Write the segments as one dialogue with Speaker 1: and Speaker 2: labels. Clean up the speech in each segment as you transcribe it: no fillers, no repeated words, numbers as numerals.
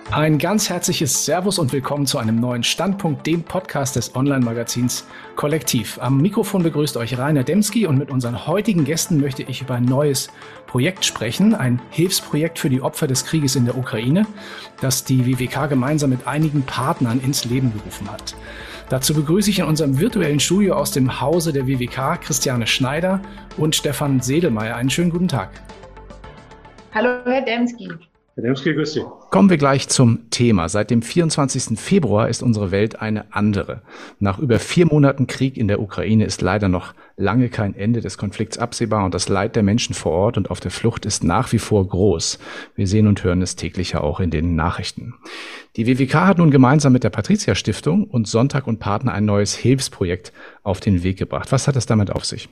Speaker 1: Ein ganz herzliches Servus und willkommen zu einem neuen Standpunkt, dem Podcast des Online-Magazins Kollektiv. Am Mikrofon begrüßt euch Rainer Demski und mit unseren heutigen Gästen möchte ich über ein neues Projekt sprechen, ein Hilfsprojekt für die Opfer des Krieges in der Ukraine, das die WWK gemeinsam mit einigen Partnern ins Leben gerufen hat. Dazu begrüße ich in unserem virtuellen Studio aus dem Hause der WWK Christiane Schneider und Stefan Sedelmeier. Einen schönen guten Tag.
Speaker 2: Hallo, Herr Demski.
Speaker 3: Herr Demski, grüß Sie.
Speaker 1: Kommen wir gleich zum Thema. Seit dem 24. Februar ist unsere Welt eine andere. Nach über 4 Monaten Krieg in der Ukraine ist leider noch lange kein Ende des Konflikts absehbar und das Leid der Menschen vor Ort und auf der Flucht ist nach wie vor groß. Wir sehen und hören es täglich ja auch in den Nachrichten. Die WWK hat nun gemeinsam mit der Patricia Stiftung und Sonntag und Partner ein neues Hilfsprojekt auf den Weg gebracht. Was hat es damit auf sich?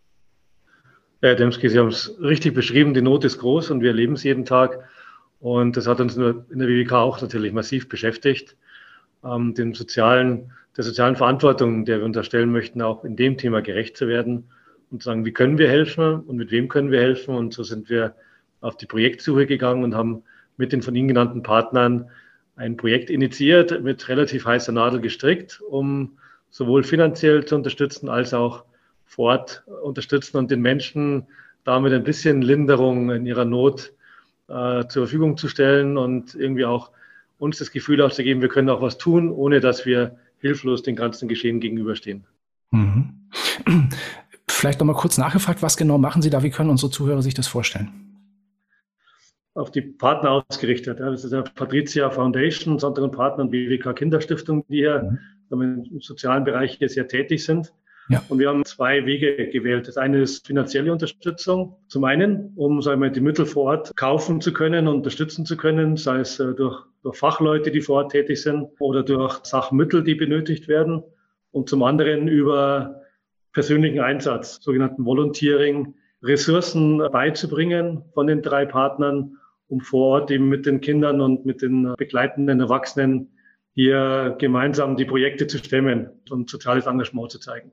Speaker 3: Herr Demski, Sie haben es richtig beschrieben. Die Not ist groß und wir erleben es jeden Tag. Und das hat uns nur in der WWK auch natürlich massiv beschäftigt. Der sozialen Verantwortung, der wir unterstellen möchten, auch in dem Thema gerecht zu werden und zu sagen, wie können wir helfen und mit wem können wir helfen. Und so sind wir auf die Projektsuche gegangen und haben mit den von Ihnen genannten Partnern ein Projekt initiiert, mit relativ heißer Nadel gestrickt, um sowohl finanziell zu unterstützen als auch vor Ort unterstützen und den Menschen damit ein bisschen Linderung in ihrer Not zur Verfügung zu stellen und irgendwie auch uns das Gefühl auszugeben, wir können auch was tun, ohne dass wir hilflos dem ganzen Geschehen gegenüberstehen.
Speaker 1: Mhm. Vielleicht noch mal kurz nachgefragt, was genau machen Sie da? Wie können unsere Zuhörer sich das vorstellen?
Speaker 3: Auf die Partner ausgerichtet. Das ist der Patricia Foundation, Sonntag und Partner und WWK Kinderstiftung, die hier im sozialen Bereich hier sehr tätig sind. Ja. Und wir haben 2 Wege gewählt. Das eine ist finanzielle Unterstützung. Zum einen, um die Mittel vor Ort kaufen zu können und unterstützen zu können, sei es durch Fachleute, die vor Ort tätig sind oder durch Sachmittel, die benötigt werden. Und zum anderen über persönlichen Einsatz, sogenannten Volunteering, Ressourcen beizubringen von den 3 Partnern, um vor Ort eben mit den Kindern und mit den begleitenden Erwachsenen hier gemeinsam die Projekte zu stemmen und soziales Engagement zu zeigen.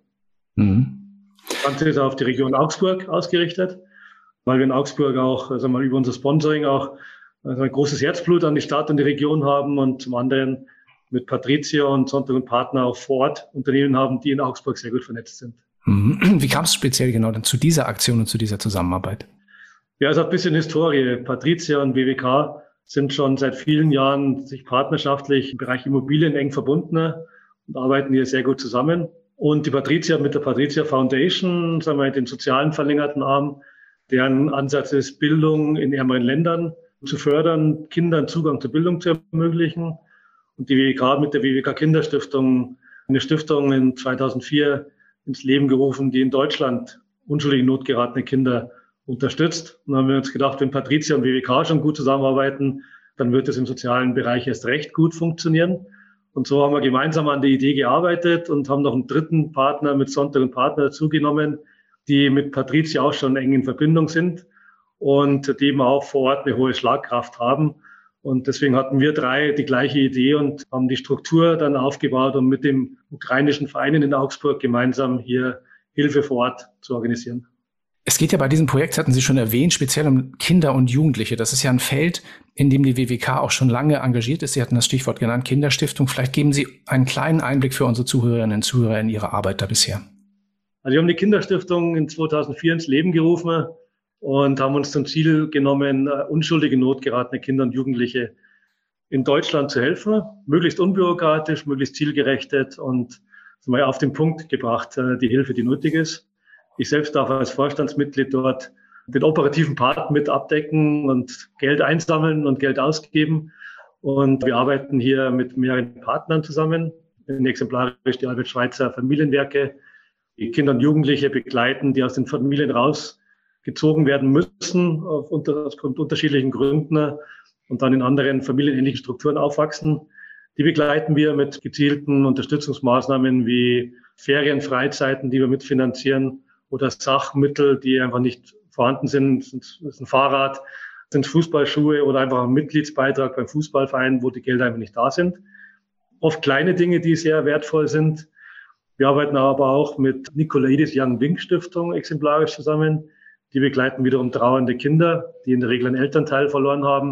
Speaker 3: Das Ganze ist auf die Region Augsburg ausgerichtet, weil wir in Augsburg auch über unser Sponsoring auch ein großes Herzblut an die Stadt und die Region haben und zum anderen mit Patricia und Sonntag und Partner auch vor Ort Unternehmen haben, die in Augsburg sehr gut vernetzt sind.
Speaker 1: Wie kam es speziell genau dann zu dieser Aktion und zu dieser Zusammenarbeit?
Speaker 3: Ja, es hat ein bisschen Historie. Patricia und WWK sind schon seit vielen Jahren sich partnerschaftlich im Bereich Immobilien eng verbunden und arbeiten hier sehr gut zusammen. Und die Patricia mit der Patricia Foundation, den sozialen verlängerten Arm, deren Ansatz ist, Bildung in ärmeren Ländern zu fördern, Kindern Zugang zur Bildung zu ermöglichen. Und die WWK mit der WWK Kinderstiftung, eine Stiftung in 2004 ins Leben gerufen, die in Deutschland unschuldig in Not geratene Kinder unterstützt. Und dann haben wir uns gedacht, wenn Patricia und WWK schon gut zusammenarbeiten, dann wird es im sozialen Bereich erst recht gut funktionieren. Und so haben wir gemeinsam an der Idee gearbeitet und haben noch einen dritten Partner mit Sonntag und Partner dazugenommen, die mit Patricia auch schon eng in Verbindung sind und die eben auch vor Ort eine hohe Schlagkraft haben. Und deswegen hatten wir 3 die gleiche Idee und haben die Struktur dann aufgebaut, um mit dem ukrainischen Verein in Augsburg gemeinsam hier Hilfe vor Ort zu organisieren.
Speaker 1: Es geht ja bei diesem Projekt, hatten Sie schon erwähnt, speziell um Kinder und Jugendliche. Das ist ja ein Feld, in dem die WWK auch schon lange engagiert ist. Sie hatten das Stichwort genannt, Kinderstiftung. Vielleicht geben Sie einen kleinen Einblick für unsere Zuhörerinnen und Zuhörer in Ihre Arbeit da bisher.
Speaker 3: Also wir haben die Kinderstiftung in 2004 ins Leben gerufen und haben uns zum Ziel genommen, unschuldig in Not geratene Kinder und Jugendliche in Deutschland zu helfen. Möglichst unbürokratisch, möglichst zielgerechtet und auf den Punkt gebracht, die Hilfe, die nötig ist. Ich selbst darf als Vorstandsmitglied dort den operativen Part mit abdecken und Geld einsammeln und Geld ausgeben. Und wir arbeiten hier mit mehreren Partnern zusammen. Exemplarisch die Albert Schweitzer Familienwerke, die Kinder und Jugendliche begleiten, die aus den Familien rausgezogen werden müssen, aufgrund unterschiedlichen Gründen und dann in anderen familienähnlichen Strukturen aufwachsen. Die begleiten wir mit gezielten Unterstützungsmaßnahmen wie Ferien, Freizeiten, die wir mitfinanzieren, oder Sachmittel, die einfach nicht vorhanden sind. Das ist ein Fahrrad, sind Fußballschuhe oder einfach ein Mitgliedsbeitrag beim Fußballverein, wo die Gelder einfach nicht da sind. Oft kleine Dinge, die sehr wertvoll sind. Wir arbeiten aber auch mit Nicolaidis Young Wing Stiftung exemplarisch zusammen. Die begleiten wiederum trauernde Kinder, die in der Regel einen Elternteil verloren haben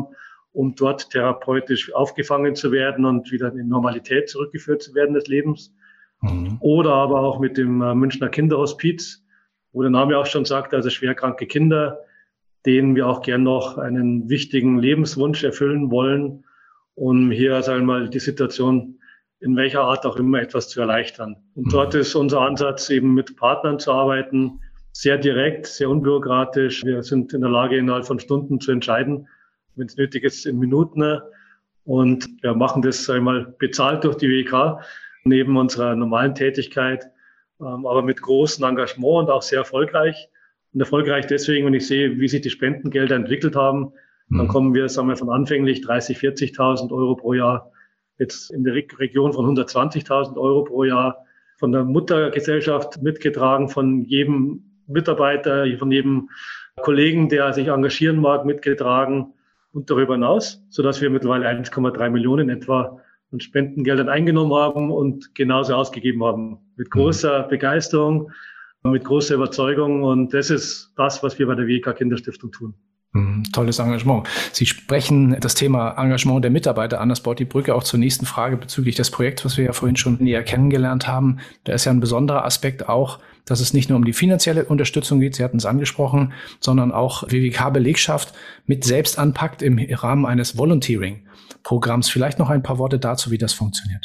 Speaker 3: um dort therapeutisch aufgefangen zu werden und wieder in Normalität zurückgeführt zu werden des Lebens. Oder aber auch mit dem Münchner Kinderhospiz, wo der Name auch schon sagt, also schwerkranke Kinder, denen wir auch gern noch einen wichtigen Lebenswunsch erfüllen wollen, um hier, sagen wir mal, die Situation in welcher Art auch immer etwas zu erleichtern. Und dort ist unser Ansatz, eben mit Partnern zu arbeiten, sehr direkt, sehr unbürokratisch. Wir sind in der Lage, innerhalb von Stunden zu entscheiden, wenn es nötig ist, in Minuten. Und wir machen das, sagen wir mal, bezahlt durch die WEK, neben unserer normalen Tätigkeit, aber mit großem Engagement und auch sehr erfolgreich. Und erfolgreich deswegen, wenn ich sehe, wie sich die Spendengelder entwickelt haben, dann kommen wir, sagen wir, von anfänglich 30.000, 40.000 Euro pro Jahr, jetzt in der Region von 120.000 Euro pro Jahr, von der Muttergesellschaft mitgetragen, von jedem Mitarbeiter, von jedem Kollegen, der sich engagieren mag, mitgetragen und darüber hinaus, sodass wir mittlerweile 1,3 Millionen etwa an Spendengeldern eingenommen haben und genauso ausgegeben haben. Mit großer Begeisterung, mit großer Überzeugung. Und das ist das, was wir bei der WEK Kinderstiftung tun.
Speaker 1: Tolles Engagement. Sie sprechen das Thema Engagement der Mitarbeiter an. Das baut die Brücke auch zur nächsten Frage bezüglich des Projekts, was wir ja vorhin schon näher kennengelernt haben. Da ist ja ein besonderer Aspekt auch, dass es nicht nur um die finanzielle Unterstützung geht, Sie hatten es angesprochen, sondern auch WWK-Belegschaft mit selbst anpackt im Rahmen eines Volunteering-Programms. Vielleicht noch ein paar Worte dazu, wie das funktioniert.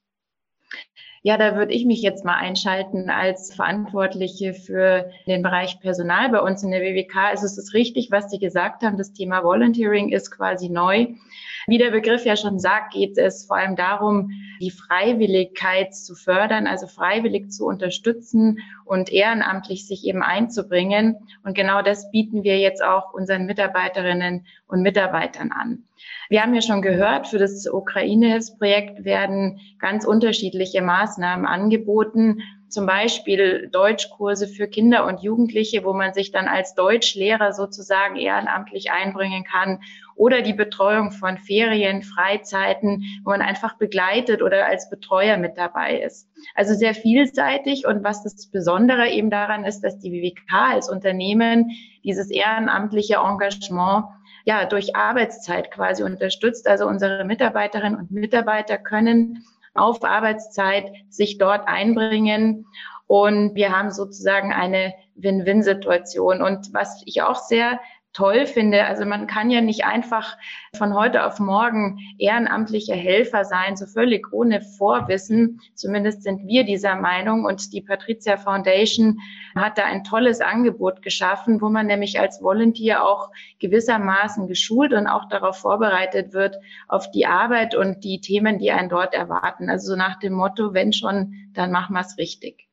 Speaker 2: Ja, da würde ich mich jetzt mal einschalten als Verantwortliche für den Bereich Personal bei uns in der WWK. Also es ist richtig, was Sie gesagt haben, das Thema Volunteering ist quasi neu. Wie der Begriff ja schon sagt, geht es vor allem darum, die Freiwilligkeit zu fördern, also freiwillig zu unterstützen und ehrenamtlich sich eben einzubringen. Und genau das bieten wir jetzt auch unseren Mitarbeiterinnen und Mitarbeitern an. Wir haben ja schon gehört, für das Ukraine-Hilfsprojekt werden ganz unterschiedliche Maßnahmen angeboten. Zum Beispiel Deutschkurse für Kinder und Jugendliche, wo man sich dann als Deutschlehrer sozusagen ehrenamtlich einbringen kann. Oder die Betreuung von Ferien, Freizeiten, wo man einfach begleitet oder als Betreuer mit dabei ist. Also sehr vielseitig. Und was das Besondere eben daran ist, dass die WWK als Unternehmen dieses ehrenamtliche Engagement ja durch Arbeitszeit quasi unterstützt. Also unsere Mitarbeiterinnen und Mitarbeiter können auf Arbeitszeit sich dort einbringen. Und wir haben sozusagen eine Win-Win-Situation. Und was ich auch sehr toll finde, also man kann ja nicht einfach von heute auf morgen ehrenamtliche Helfer sein, so völlig ohne Vorwissen. Zumindest sind wir dieser Meinung. Und die Patricia Foundation hat da ein tolles Angebot geschaffen, wo man nämlich als Volunteer auch gewissermaßen geschult und auch darauf vorbereitet wird, auf die Arbeit und die Themen, die einen dort erwarten. Also so nach dem Motto, wenn schon, dann machen wir es richtig.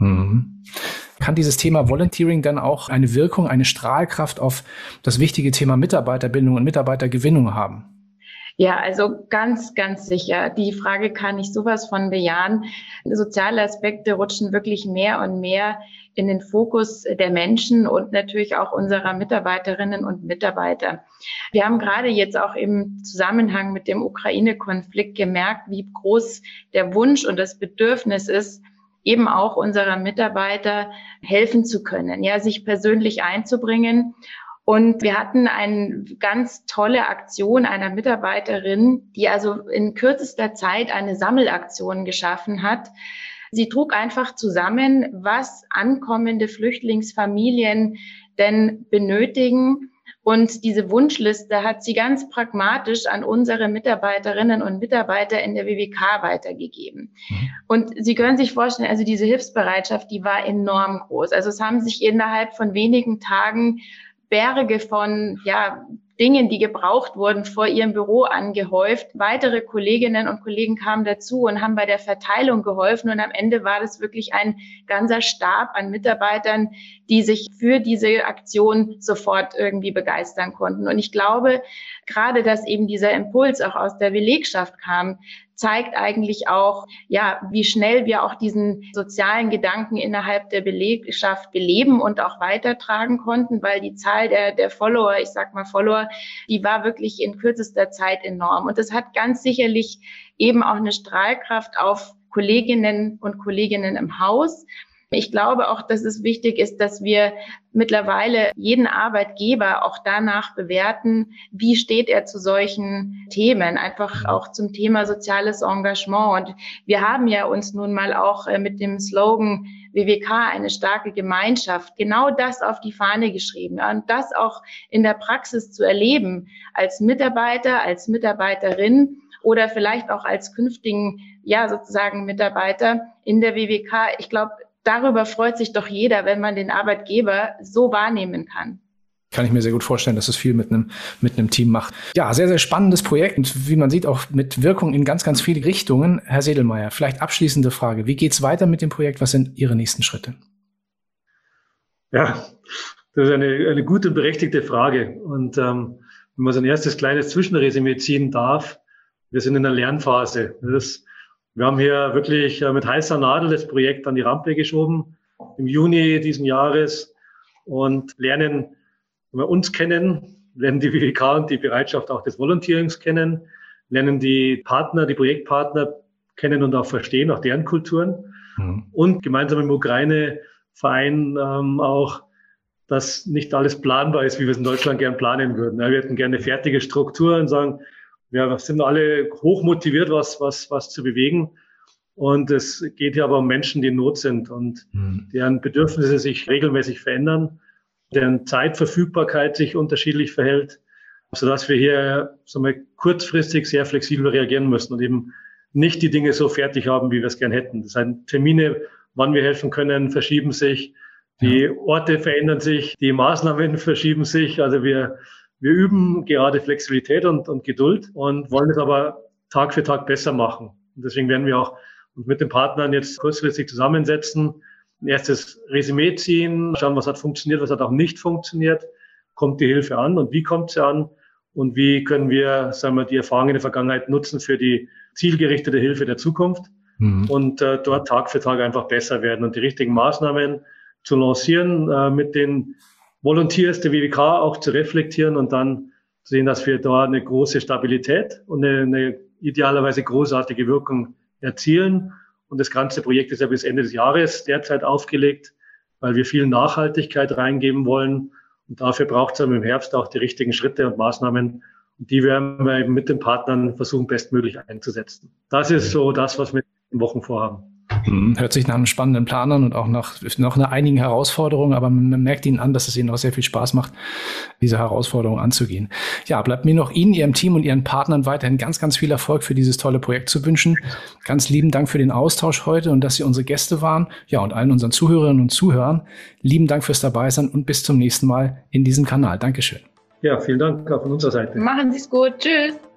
Speaker 1: Kann dieses Thema Volunteering dann auch eine Wirkung, eine Strahlkraft auf das wichtige Thema Mitarbeiterbindung und Mitarbeitergewinnung haben?
Speaker 2: Ja, also ganz, ganz sicher. Die Frage kann ich sowas von bejahen. Soziale Aspekte rutschen wirklich mehr und mehr in den Fokus der Menschen und natürlich auch unserer Mitarbeiterinnen und Mitarbeiter. Wir haben gerade jetzt auch im Zusammenhang mit dem Ukraine-Konflikt gemerkt, wie groß der Wunsch und das Bedürfnis ist, eben auch unserer Mitarbeiter helfen zu können, ja, sich persönlich einzubringen. Und wir hatten eine ganz tolle Aktion einer Mitarbeiterin, die also in kürzester Zeit eine Sammelaktion geschaffen hat. Sie trug einfach zusammen, was ankommende Flüchtlingsfamilien denn benötigen. Und diese Wunschliste hat sie ganz pragmatisch an unsere Mitarbeiterinnen und Mitarbeiter in der WWK weitergegeben. Und Sie können sich vorstellen, also diese Hilfsbereitschaft, die war enorm groß. Also es haben sich innerhalb von wenigen Tagen Berge von Dingen, die gebraucht wurden, vor ihrem Büro angehäuft. Weitere Kolleginnen und Kollegen kamen dazu und haben bei der Verteilung geholfen. Und am Ende war das wirklich ein ganzer Stab an Mitarbeitern, die sich für diese Aktion sofort irgendwie begeistern konnten. Und ich glaube, gerade, dass eben dieser Impuls auch aus der Belegschaft kam, zeigt eigentlich auch, wie schnell wir auch diesen sozialen Gedanken innerhalb der Belegschaft beleben und auch weitertragen konnten, weil die Zahl der Follower, ich sag mal Follower, die war wirklich in kürzester Zeit enorm. Und das hat ganz sicherlich eben auch eine Strahlkraft auf Kolleginnen und Kollegen im Haus. Ich glaube auch, dass es wichtig ist, dass wir mittlerweile jeden Arbeitgeber auch danach bewerten, wie steht er zu solchen Themen, einfach auch zum Thema soziales Engagement. Und wir haben ja uns nun mal auch mit dem Slogan WWK, eine starke Gemeinschaft, genau das auf die Fahne geschrieben und das auch in der Praxis zu erleben, als Mitarbeiter, als Mitarbeiterin oder vielleicht auch als künftigen, sozusagen Mitarbeiter in der WWK. Ich glaube, darüber freut sich doch jeder, wenn man den Arbeitgeber so wahrnehmen kann.
Speaker 1: Kann ich mir sehr gut vorstellen, dass es viel mit einem Team macht. Ja, sehr, sehr spannendes Projekt und wie man sieht, auch mit Wirkung in ganz, ganz viele Richtungen. Herr Sedlmayr, vielleicht abschließende Frage. Wie geht's weiter mit dem Projekt? Was sind Ihre nächsten Schritte?
Speaker 3: Ja, das ist eine gute und berechtigte Frage. Und wenn man so ein erstes kleines Zwischenresümee ziehen darf, wir sind in der Lernphase. Wir haben hier wirklich mit heißer Nadel das Projekt an die Rampe geschoben im Juni diesen Jahres und lernen, wenn wir uns kennen, lernen die WWK und die Bereitschaft auch des Volunteerings kennen, lernen die Partner, die Projektpartner kennen und auch verstehen, auch deren Kulturen und gemeinsam im Ukraine-Verein auch, dass nicht alles planbar ist, wie wir es in Deutschland gern planen würden. Wir hätten gerne fertige Strukturen und sagen, wir sind alle hoch motiviert, was zu bewegen. Und es geht hier aber um Menschen, die in Not sind und deren Bedürfnisse sich regelmäßig verändern, deren Zeitverfügbarkeit sich unterschiedlich verhält, sodass wir hier kurzfristig sehr flexibel reagieren müssen und eben nicht die Dinge so fertig haben, wie wir es gern hätten. Das heißt, Termine, wann wir helfen können, verschieben sich, die Orte verändern sich, die Maßnahmen verschieben sich. Also wir üben gerade Flexibilität und Geduld und wollen es aber Tag für Tag besser machen. Und deswegen werden wir auch uns mit den Partnern jetzt kurzfristig zusammensetzen, ein erstes Resümee ziehen, schauen, was hat funktioniert, was hat auch nicht funktioniert, kommt die Hilfe an und wie kommt sie an und wie können wir, die Erfahrungen der Vergangenheit nutzen für die zielgerichtete Hilfe der Zukunft und dort Tag für Tag einfach besser werden und die richtigen Maßnahmen zu lancieren, mit den Volunteers der WWK auch zu reflektieren und dann zu sehen, dass wir da eine große Stabilität und eine idealerweise großartige Wirkung erzielen. Und das ganze Projekt ist ja bis Ende des Jahres derzeit aufgelegt, weil wir viel Nachhaltigkeit reingeben wollen. Und dafür braucht es dann im Herbst auch die richtigen Schritte und Maßnahmen. Und die werden wir eben mit den Partnern versuchen, bestmöglich einzusetzen. Das ist so das, was wir in Wochen vorhaben.
Speaker 1: Hört sich nach einem spannenden Plan an und auch nach einigen Herausforderungen, aber man merkt Ihnen an, dass es Ihnen auch sehr viel Spaß macht, diese Herausforderungen anzugehen. Ja, bleibt mir noch Ihnen, Ihrem Team und Ihren Partnern weiterhin ganz, ganz viel Erfolg für dieses tolle Projekt zu wünschen. Ganz lieben Dank für den Austausch heute und dass Sie unsere Gäste waren. Ja, und allen unseren Zuhörerinnen und Zuhörern lieben Dank fürs Dabeisein und bis zum nächsten Mal in diesem Kanal. Dankeschön.
Speaker 3: Ja, vielen Dank auch von unserer Seite.
Speaker 2: Machen Sie es gut. Tschüss.